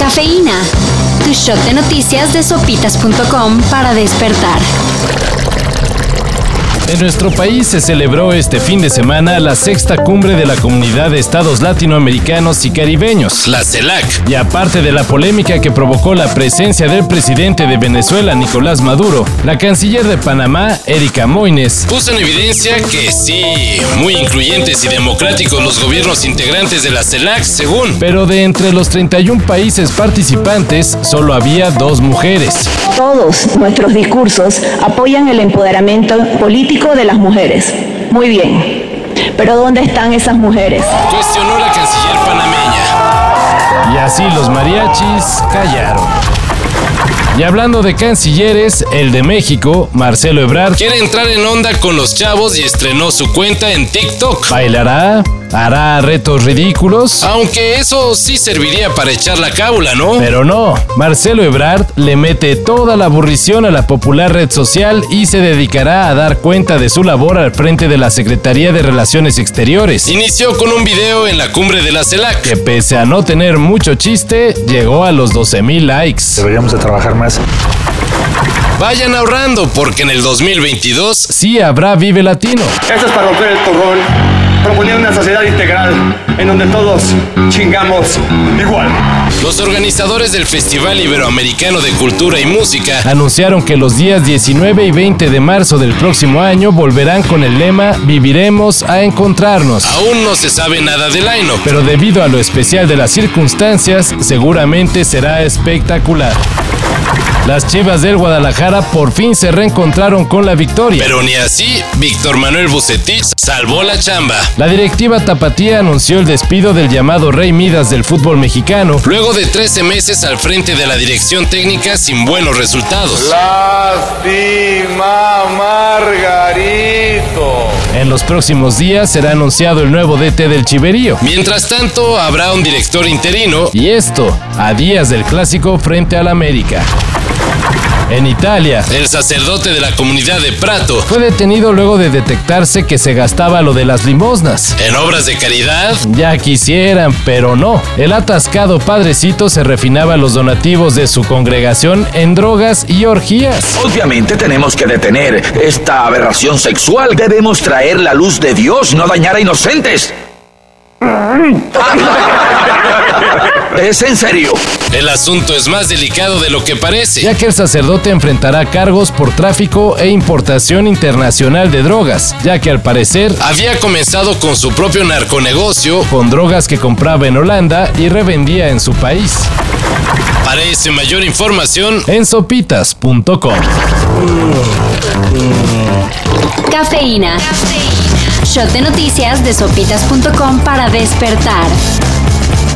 Cafeína, tu shot de noticias de sopitas.com para despertar. En nuestro país se celebró este fin de semana la sexta cumbre de la Comunidad de Estados Latinoamericanos y Caribeños, la CELAC. Y aparte de la polémica que provocó la presencia del presidente de Venezuela, Nicolás Maduro, la canciller de Panamá, Erika Moines, puso en evidencia que sí, muy incluyentes y democráticos los gobiernos integrantes de la CELAC, según. Pero de entre los 31 países participantes, solo había 2 mujeres. Todos nuestros discursos apoyan el empoderamiento político de las mujeres. Muy bien. Pero ¿dónde están esas mujeres? Cuestionó la canciller panameña. Y así los mariachis callaron. Y hablando de cancilleres, el de México, Marcelo Ebrard, quiere entrar en onda con los chavos y estrenó su cuenta en TikTok. ¿Bailará? ¿Hará retos ridículos? Aunque eso sí serviría para echar la cábula, ¿no? Pero no, Marcelo Ebrard le mete toda la aburrición a la popular red social y se dedicará a dar cuenta de su labor al frente de la Secretaría de Relaciones Exteriores. Inició con un video en la cumbre de la CELAC, que pese a no tener mucho chiste, llegó a los 12,000 likes. Deberíamos de trabajar más. Vayan ahorrando, porque en el 2022 sí habrá Vive Latino. Esto es para romper el turrón, proponiendo una sociedad integral en donde todos chingamos igual. Los organizadores del Festival Iberoamericano de Cultura y Música anunciaron que los días 19 y 20 de marzo del próximo año volverán con el lema Viviremos a encontrarnos. Aún no se sabe nada del line-up, pero debido a lo especial de las circunstancias, seguramente será espectacular. Las Chivas del Guadalajara por fin se reencontraron con la victoria. Pero ni así, Víctor Manuel Vucetich salvó la chamba. La directiva tapatía anunció el despido del llamado Rey Midas del fútbol mexicano, luego de 13 meses al frente de la dirección técnica sin buenos resultados. Lástima, Margarito. En los próximos días será anunciado el nuevo DT del Chiverío. Mientras tanto, habrá un director interino, y esto a días del clásico frente al América. En Italia, el sacerdote de la comunidad de Prato fue detenido luego de detectarse que se gastaba lo de las limosnas. ¿En obras de caridad? Ya quisieran, pero no. El atascado padrecito se refinaba los donativos de su congregación en drogas y orgías. Obviamente tenemos que detener esta aberración sexual. Debemos traer la luz de Dios, no dañar a inocentes. ¿Es en serio? El asunto es más delicado de lo que parece, ya que el sacerdote enfrentará cargos por tráfico e importación internacional de drogas, ya que al parecer había comenzado con su propio narconegocio con drogas que compraba en Holanda y revendía en su país. Para mayor información en sopitas.com. Cafeína. Shot de noticias de sopitas.com para despertar.